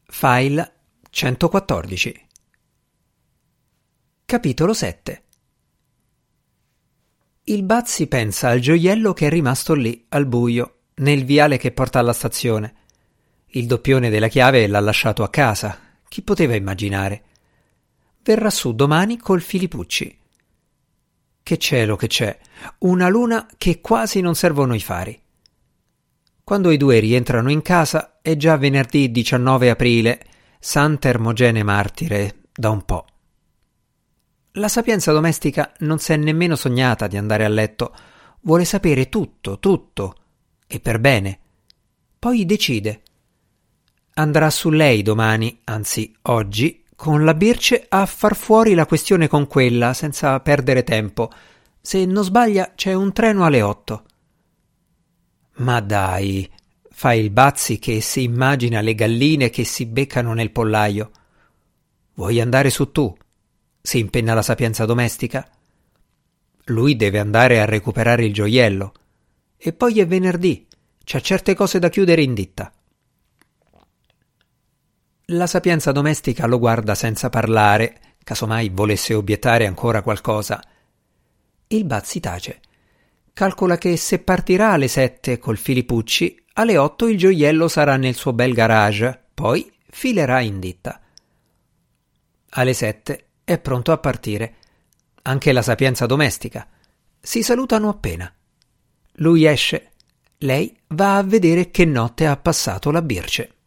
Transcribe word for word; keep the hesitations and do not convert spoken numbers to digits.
File centoquattordici. Capitolo sette. Il Bazzi pensa al gioiello che è rimasto lì, al buio, nel viale che porta alla stazione. Il doppione della chiave l'ha lasciato a casa. Chi poteva immaginare? Verrà su domani col Filippucci. Che cielo che c'è! Una luna che quasi non servono i fari. Quando i due rientrano in casa è già venerdì diciannove aprile, Santa Ermogene Martire, da un po'. La sapienza domestica non s'è nemmeno sognata di andare a letto. Vuole sapere tutto, tutto, e per bene. Poi decide. Andrà su lei domani, anzi oggi, con la Birce a far fuori la questione con quella, senza perdere tempo. Se non sbaglia c'è un treno alle otto. Ma dai, fa il Bazzi che si immagina le galline che si beccano nel pollaio. Vuoi andare su tu? Si impenna la sapienza domestica. Lui deve andare a recuperare il gioiello. E poi è venerdì, c'ha certe cose da chiudere in ditta. La sapienza domestica lo guarda senza parlare, casomai volesse obiettare ancora qualcosa. Il Bazzi tace. Calcola che se partirà alle sette col Filippucci, alle otto il gioiello sarà nel suo bel garage, poi filerà in ditta. Alle sette è pronto a partire. Anche la sapienza domestica. Si salutano appena. Lui esce. Lei va a vedere che notte ha passato la Birce.